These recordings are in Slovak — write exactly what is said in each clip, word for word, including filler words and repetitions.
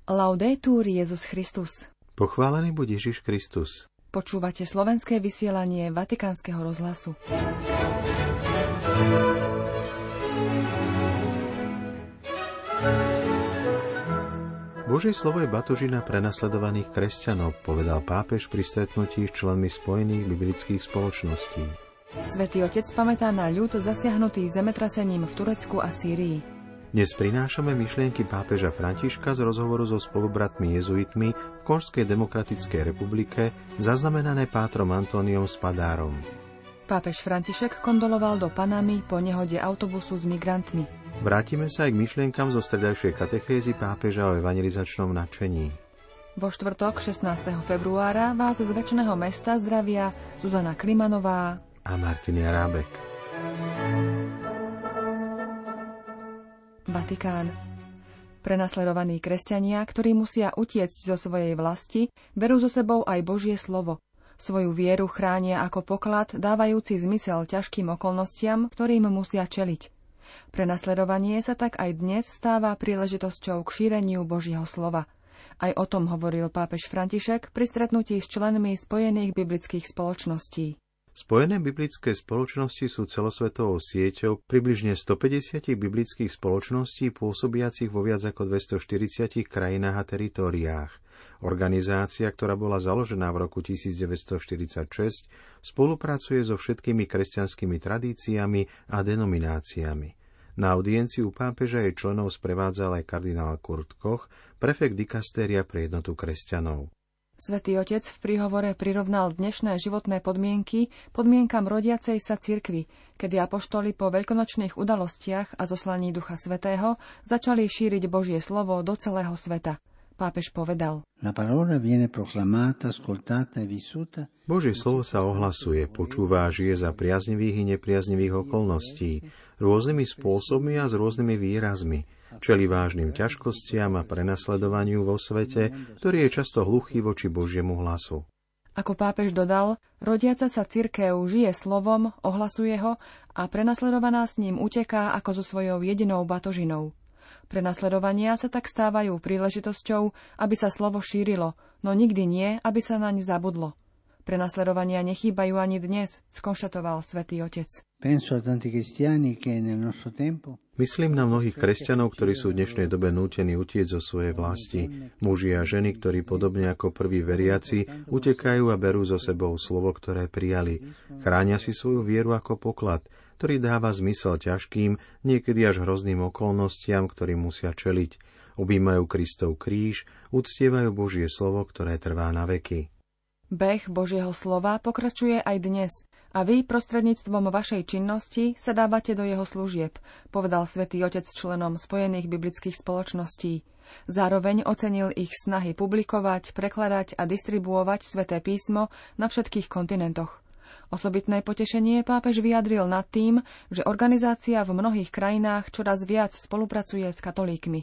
Laudetur Jesus Christus. Pochválený buď Ježiš Kristus. Počúvate slovenské vysielanie Vatikánskeho rozhlasu. Božie slovo je batožina prenasledovaných kresťanov, povedal pápež pri stretnutí s členmi Spojených biblických spoločností. Svätý Otec pamätá na ľud zasiahnutý zemetrasením v Turecku a Sýrii. Dnes prinášame myšlienky pápeža Františka z rozhovoru so spolubratmi jezuitmi v Konžskej demokratickej republike, zaznamenané pátrom Antóniom Spadárom. Pápež František kondoloval do Panamy po nehode autobusu s migrantmi. Vrátime sa aj k myšlienkam zo stredajšej katechézy pápeža o evangelizačnom nadšení. Vo štvrtok šestnásteho februára vás z Večného mesta zdravia Zuzana Klimanová a Martin Jarábek. Vatikán. Prenasledovaní kresťania, ktorí musia utiecť zo svojej vlasti, berú so sebou aj Božie slovo. Svoju vieru chránia ako poklad, dávajúci zmysel ťažkým okolnostiam, ktorým musia čeliť. Prenasledovanie sa tak aj dnes stáva príležitosťou k šíreniu Božieho slova. Aj o tom hovoril pápež František pri stretnutí s členmi Spojených biblických spoločností. Spojené biblické spoločnosti sú celosvetovou sieťou približne stopäťdesiat biblických spoločností pôsobiacich vo viac ako dvestoštyridsiatich krajinách a teritóriách. Organizácia, ktorá bola založená v roku devätnásťstoštyridsaťšesť, spolupracuje so všetkými kresťanskými tradíciami a denomináciami. Na audienciu pápeža jej členov sprevádzal aj kardinál Kurt Koch, prefekt dikastéria pre jednotu kresťanov. Svätý Otec v príhovore prirovnal dnešné životné podmienky podmienkam rodiacej sa cirkvi, kedy apoštoli po veľkonočných udalostiach a zoslaní Ducha Svätého začali šíriť Božie slovo do celého sveta. Pápež povedal: Božie slovo sa ohlasuje, počúva a žije za priaznivých i nepriaznivých okolností, rôznymi spôsobmi a s rôznymi výrazmi. Čelí vážnym ťažkostiam a prenasledovaniu vo svete, ktorý je často hluchý voči Božiemu hlasu. Ako pápež dodal, rodiaca sa cirkev žije slovom, ohlasuje ho a prenasledovaná s ním uteká ako so svojou jedinou batožinou. Prenasledovania sa tak stávajú príležitosťou, aby sa slovo šírilo, no nikdy nie, aby sa naň zabudlo. Prenasledovania nechýbajú ani dnes, skonštatoval Svätý Otec. Myslím na mnohých kresťanov, ktorí sú v dnešnej dobe nútení utiecť zo svojej vlasti. Muži a ženy, ktorí podobne ako prví veriaci utekajú a berú so sebou slovo, ktoré prijali. Chránia si svoju vieru ako poklad, ktorý dáva zmysel ťažkým, niekedy až hrozným okolnostiam, ktorým musia čeliť. Objímajú Kristov kríž, uctievajú Božie slovo, ktoré trvá na veky. Beh Božieho slova pokračuje aj dnes a vy prostredníctvom vašej činnosti sa dávate do jeho služieb, povedal Svätý Otec členom Spojených biblických spoločností. Zároveň ocenil ich snahy publikovať, prekladať a distribuovať Sväté písmo na všetkých kontinentoch. Osobitné potešenie pápež vyjadril nad tým, že organizácia v mnohých krajinách čoraz viac spolupracuje s katolíkmi.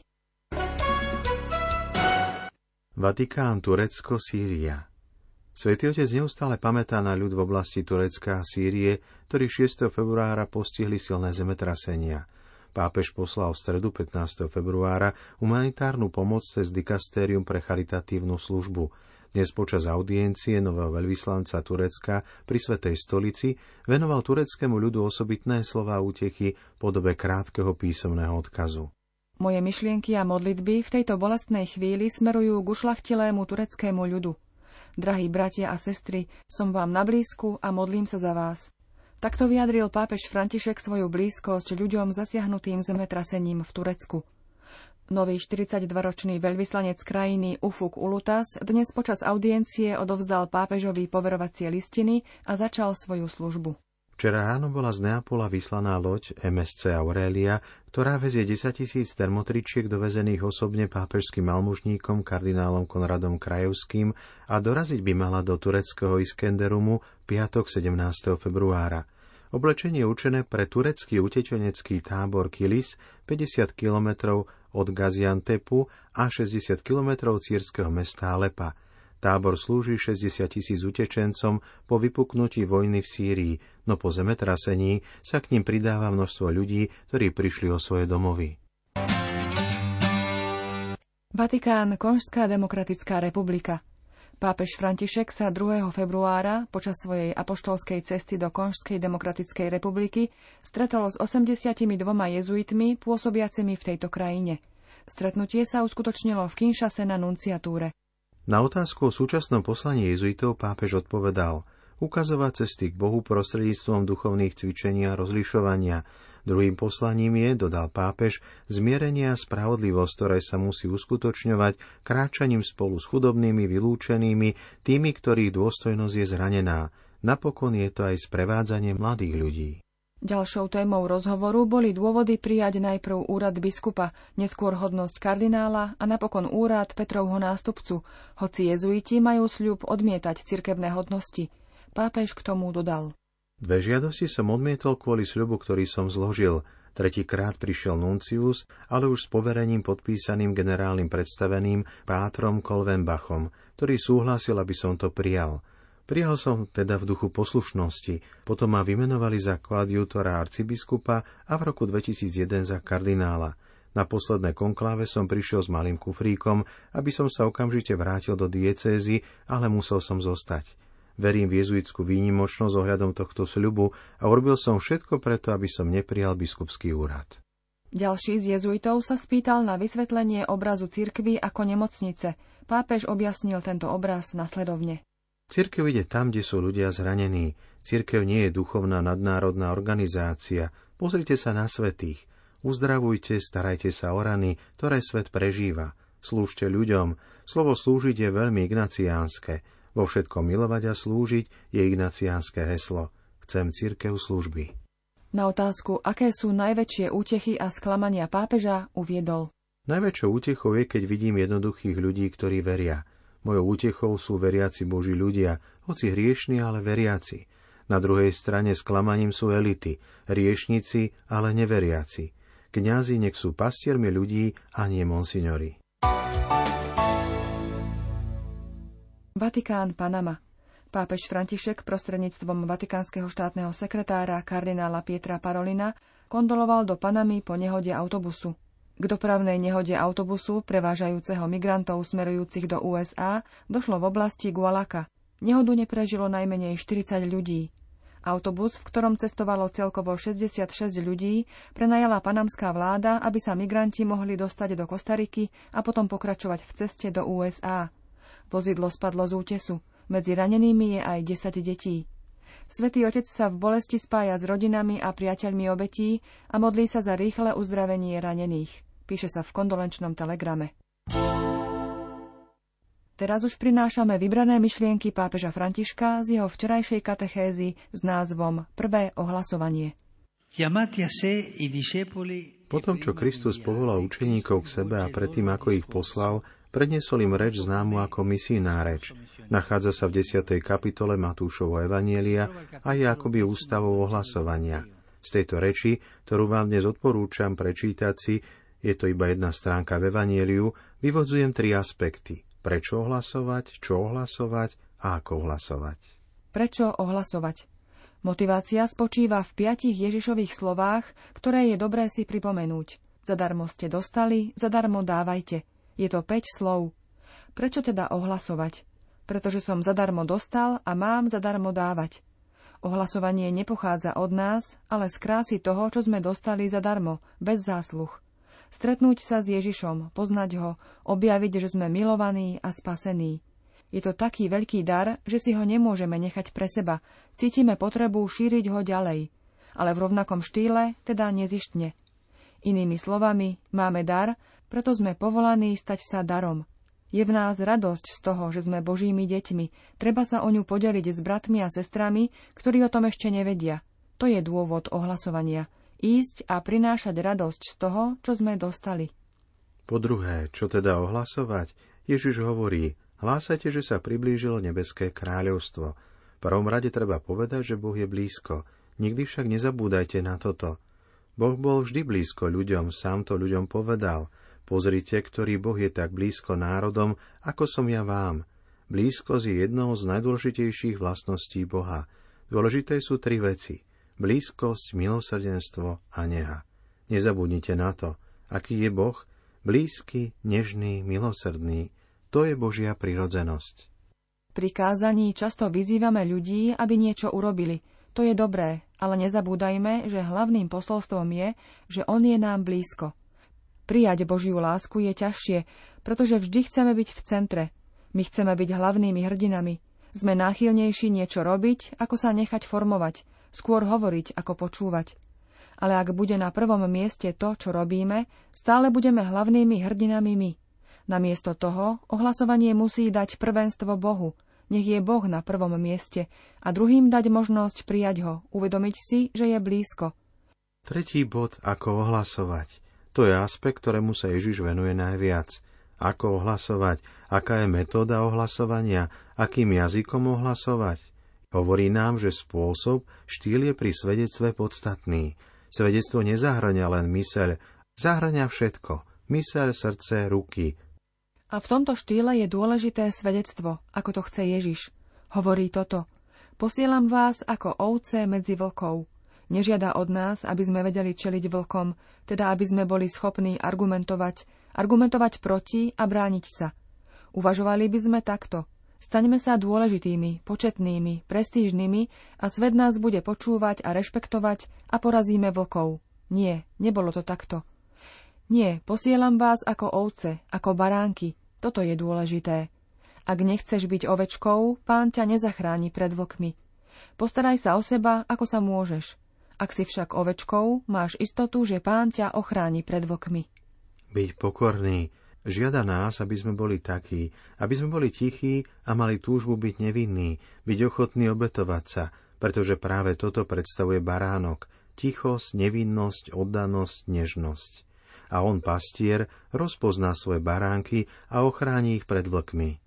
Vatikán, Turecko, Sýria. Svätý Otec neustále pamätá na ľud v oblasti Turecka a Sýrie, ktorí šiesteho februára postihli silné zemetrasenia. Pápež poslal v stredu pätnásteho februára humanitárnu pomoc cez dikastérium pre charitatívnu službu. Dnes počas audiencie nového veľvyslanca Turecka pri Svätej stolici venoval tureckému ľudu osobitné slová útechy v podobe krátkeho písomného odkazu. Moje myšlienky a modlitby v tejto bolestnej chvíli smerujú k ušľachtilému tureckému ľudu. Drahí bratia a sestry, som vám na blízku a modlím sa za vás. Takto vyjadril pápež František svoju blízkosť ľuďom zasiahnutým zemetrasením v Turecku. Nový štyridsaťdvaročný veľvyslanec krajiny Ufuk Ulutas dnes počas audiencie odovzdal pápežovi poverovacie listiny a začal svoju službu. Včera ráno bola z Neapola vyslaná loď em es cé Aurelia, ktorá vezie desaťtisíc termotričiek dovezených osobne pápežským almužníkom kardinálom Konradom Krajevským a doraziť by mala do tureckého Iskenderumu piatok sedemnásteho februára. Oblečenie je určené pre turecký utečenecký tábor Kilis, päťdesiat kilometrov od Gaziantepu a šesťdesiat kilometrov círskeho mesta Alepa. Tábor slúži šesťdesiat tisíc utečencom po vypuknutí vojny v Sýrii, no po zemetrasení sa k ním pridáva množstvo ľudí, ktorí prišli o svoje domovy. Vatikán, Konžská demokratická republika. Pápež František sa druhého februára počas svojej apoštolskej cesty do Konžskej demokratickej republiky stretol s osemdesiatimi dvoma jezuitmi pôsobiacimi v tejto krajine. Stretnutie sa uskutočnilo v Kinshase na nunciatúre. Na otázku o súčasnom poslaní jezuitov pápež odpovedal: ukazovať cesty k Bohu prostredníctvom duchovných cvičení a rozlišovania. Druhým poslaním je, dodal pápež, zmierenie a spravodlivosť, ktoré sa musí uskutočňovať kráčaním spolu s chudobnými, vylúčenými, tými, ktorých dôstojnosť je zranená. Napokon je to aj sprevádzanie mladých ľudí. Ďalšou témou rozhovoru boli dôvody prijať najprv úrad biskupa, neskôr hodnosť kardinála a napokon úrad Petrovho nástupcu, hoci jezuiti majú sľub odmietať cirkevné hodnosti. Pápež k tomu dodal: Dve žiadosti som odmietol kvôli sľubu, ktorý som zložil. Tretíkrát prišiel nuncius, ale už s poverením podpísaným generálnym predstaveným pátrom Kolvenbachom, ktorý súhlasil, aby som to prijal. Prijal som teda v duchu poslušnosti, potom ma vymenovali za koadjutora arcibiskupa a v roku dvetisícjeden za kardinála. Na posledné konkláve som prišiel s malým kufríkom, aby som sa okamžite vrátil do diecézy, ale musel som zostať. Verím v jezuitskú výnimočnosť ohľadom tohto sľubu a urobil som všetko preto, aby som neprijal biskupský úrad. Ďalší z jezuitov sa spýtal na vysvetlenie obrazu cirkvi ako nemocnice. Pápež objasnil tento obraz nasledovne. Cirkev ide tam, kde sú ľudia zranení. Cirkev nie je duchovná nadnárodná organizácia. Pozrite sa na svätých. Uzdravujte, starajte sa o rany, ktoré svet prežíva. Slúžte ľuďom. Slovo slúžiť je veľmi ignaciánske. Vo všetkom milovať a slúžiť je ignaciánske heslo. Chcem cirkev služby. Na otázku, aké sú najväčšie útechy a sklamania pápeža, uviedol: Najväčšou útechou je, keď vidím jednoduchých ľudí, ktorí veria. Mojou útechou sú veriaci Boží ľudia, hoci hriešni, ale veriaci. Na druhej strane sklamaním sú elity, hriešnici, ale neveriaci. Kňazi nech sú pastiermi ľudí a nie monsignori. Vatikán, Panama. Pápež František prostredníctvom vatikánskeho štátneho sekretára kardinála Pietra Parolina kondoloval do Panamy po nehode autobusu. K dopravnej nehode autobusu prevážajúceho migrantov smerujúcich do ú es á došlo v oblasti Gualaca. Nehodu neprežilo najmenej štyridsať ľudí. Autobus, v ktorom cestovalo celkovo šesťdesiatšesť ľudí, prenajala panamská vláda, aby sa migranti mohli dostať do Kostariky a potom pokračovať v ceste do ú es á. Vozidlo spadlo z útesu. Medzi ranenými je aj desať detí. Svätý Otec sa v bolesti spája s rodinami a priateľmi obetí a modlí sa za rýchle uzdravenie ranených. Píše sa v kondolenčnom telegrame. Teraz už prinášame vybrané myšlienky pápeža Františka z jeho včerajšej katechézy s názvom Prvé ohlasovanie. Potom, čo Kristus povolal učeníkov k sebe a predtým, ako ich poslal, predniesol im reč známu ako misijná reč. Nachádza sa v desiatej kapitole Matúšovho evanjelia a je akoby ústavou ohlasovania. Z tejto reči, ktorú vám dnes odporúčam prečítať si, je to iba jedna stránka v evanjeliu, vyvodzujem tri aspekty. Prečo ohlasovať, čo ohlasovať a ako ohlasovať. Prečo ohlasovať? Motivácia spočíva v piatich Ježišových slovách, ktoré je dobré si pripomenúť. Zadarmo ste dostali, zadarmo dávajte. Je to päť slov. Prečo teda ohlasovať? Pretože som zadarmo dostal a mám zadarmo dávať. Ohlasovanie nepochádza od nás, ale z krásy toho, čo sme dostali zadarmo, bez zásluh. Stretnúť sa s Ježišom, poznať ho, objaviť, že sme milovaní a spasení. Je to taký veľký dar, že si ho nemôžeme nechať pre seba. Cítime potrebu šíriť ho ďalej, ale v rovnakom štýle, teda nezištne. Inými slovami, máme dar, preto sme povolaní stať sa darom. Je v nás radosť z toho, že sme Božími deťmi. Treba sa o ňu podeliť s bratmi a sestrami, ktorí o tom ešte nevedia. To je dôvod ohlasovania. Ísť a prinášať radosť z toho, čo sme dostali. Po druhé, čo teda ohlasovať? Ježiš hovorí: hlásajte, že sa priblížilo nebeské kráľovstvo. V prvom rade treba povedať, že Boh je blízko. Nikdy však nezabúdajte na toto. Boh bol vždy blízko ľuďom, sám to ľuďom povedal. Pozrite, ktorý Boh je tak blízko národom, ako som ja vám. Blízkosť je jednou z najdôležitejších vlastností Boha. Dôležité sú tri veci. Blízkosť, milosrdenstvo a neha. Nezabudnite na to. Aký je Boh? Blízky, nežný, milosrdný, to je Božia prirodzenosť. Pri kázaní často vyzývame ľudí, aby niečo urobili. To je dobré, ale nezabúdajme, že hlavným posolstvom je, že On je nám blízko. Prijať Božiu lásku je ťažšie, pretože vždy chceme byť v centre. My chceme byť hlavnými hrdinami. Sme náchylnejší niečo robiť, ako sa nechať formovať, skôr hovoriť, ako počúvať. Ale ak bude na prvom mieste to, čo robíme, stále budeme hlavnými hrdinami my. Namiesto toho ohlasovanie musí dať prvenstvo Bohu. Nech je Boh na prvom mieste a druhým dať možnosť prijať ho, uvedomiť si, že je blízko. Tretí bod, ako ohlasovať. To je aspekt, ktorému sa Ježiš venuje najviac. Ako ohlasovať, aká je metóda ohlasovania, akým jazykom ohlasovať. Hovorí nám, že spôsob, štýl je pri svedectve podstatný. Svedectvo nezahŕňa len myseľ, zahŕňa všetko. Myseľ, srdce, ruky. A v tomto štýle je dôležité svedectvo, ako to chce Ježiš. Hovorí toto. Posielam vás ako ovce medzi vlkov. Nežiada od nás, aby sme vedeli čeliť vlkom, teda aby sme boli schopní argumentovať, argumentovať proti a brániť sa. Uvažovali by sme takto. Staňme sa dôležitými, početnými, prestížnymi a svet nás bude počúvať a rešpektovať a porazíme vlkov. Nie, nebolo to takto. Nie, posielam vás ako ovce, ako baránky. Toto je dôležité. Ak nechceš byť ovečkou, Pán ťa nezachráni pred vlkmi. Postaraj sa o seba, ako sa môžeš. Ak si však ovečkou, máš istotu, že Pán ťa ochráni pred vlkmi. Byť pokorný. Žiada nás, aby sme boli takí, aby sme boli tichí a mali túžbu byť nevinní, byť ochotní obetovať sa, pretože práve toto predstavuje baránok, tichosť, nevinnosť, oddanosť, nežnosť. A on, pastier, rozpozná svoje baránky a ochráni ich pred vlkmi.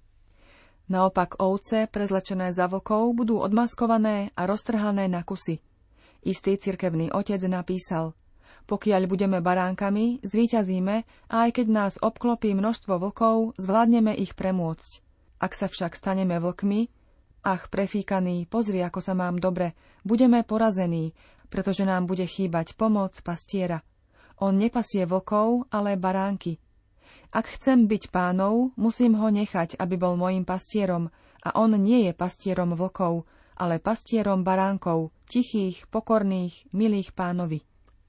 Naopak ovce, prezlečené za vlkov, budú odmaskované a roztrhané na kusy. Istý cirkevný otec napísal: Pokiaľ budeme baránkami, zvíťazíme a aj keď nás obklopí množstvo vlkov, zvládneme ich premôcť. Ak sa však staneme vlkmi, ach, prefíkaný, pozri, ako sa mám dobre, budeme porazení, pretože nám bude chýbať pomoc pastiera. On nepasie vlkov, ale baránky. Ak chcem byť Pánov, musím ho nechať, aby bol mojím pastierom, a on nie je pastierom vlkov, ale pastierom baránkov, tichých, pokorných, milých Pánovi.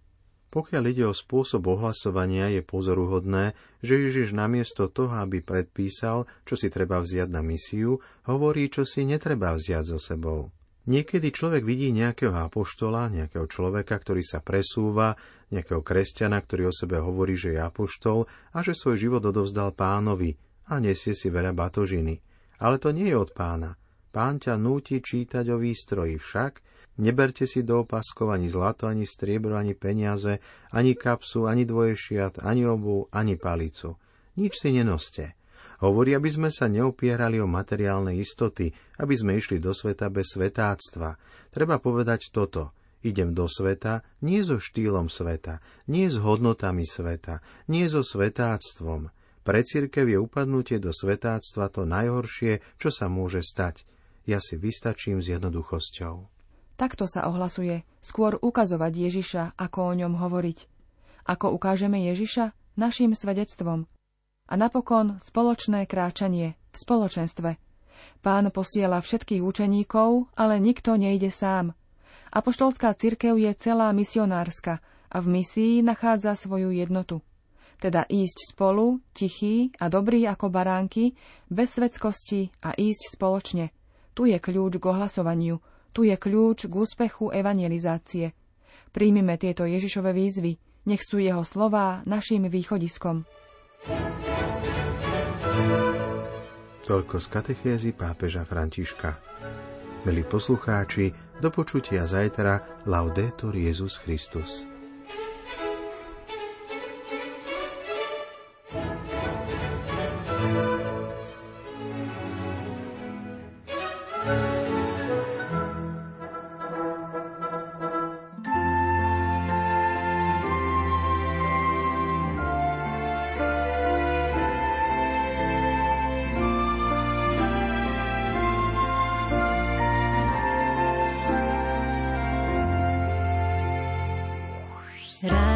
Pokiaľ ide o spôsob ohlasovania, je pozoruhodné, že Ježiš namiesto toho, aby predpísal, čo si treba vziať na misiu, hovorí, čo si netreba vziať so sebou. Niekedy človek vidí nejakého apoštola, nejakého človeka, ktorý sa presúva, nejakého kresťana, ktorý o sebe hovorí, že je apoštol a že svoj život odovzdal Pánovi a nesie si veľa batožiny. Ale to nie je od Pána. Pán ťa núti čítať o výstroji, však neberte si do opaskov ani zlato, ani striebro, ani peniaze, ani kapsu, ani dvoješiat, ani obuv, ani palicu. Nič si nenoste. Hovorí, aby sme sa neopierali o materiálne istoty, aby sme išli do sveta bez svetáctva. Treba povedať toto. Idem do sveta nie so štýlom sveta, nie s hodnotami sveta, nie so svetáctvom. Pre cirkev je upadnutie do svetáctva to najhoršie, čo sa môže stať. Ja si vystačím s jednoduchosťou. Takto sa ohlasuje, skôr ukazovať Ježiša, ako o ňom hovoriť. Ako ukážeme Ježiša? Naším svedectvom. A napokon spoločné kráčanie v spoločenstve. Pán posiela všetkých učeníkov, ale nikto nejde sám. Apoštolská cirkev je celá misionárska a v misii nachádza svoju jednotu. Teda ísť spolu, tichý a dobrý ako baránky, bez svedskosti a ísť spoločne. Tu je kľúč k ohlasovaniu, tu je kľúč k úspechu evangelizácie. Príjmime tieto Ježišove výzvy, nech sú jeho slová naším východiskom. Toľko z katechézy pápeža Františka. Milí poslucháči, do počutia zajtra. Laudetur Jesus Christus. Rádio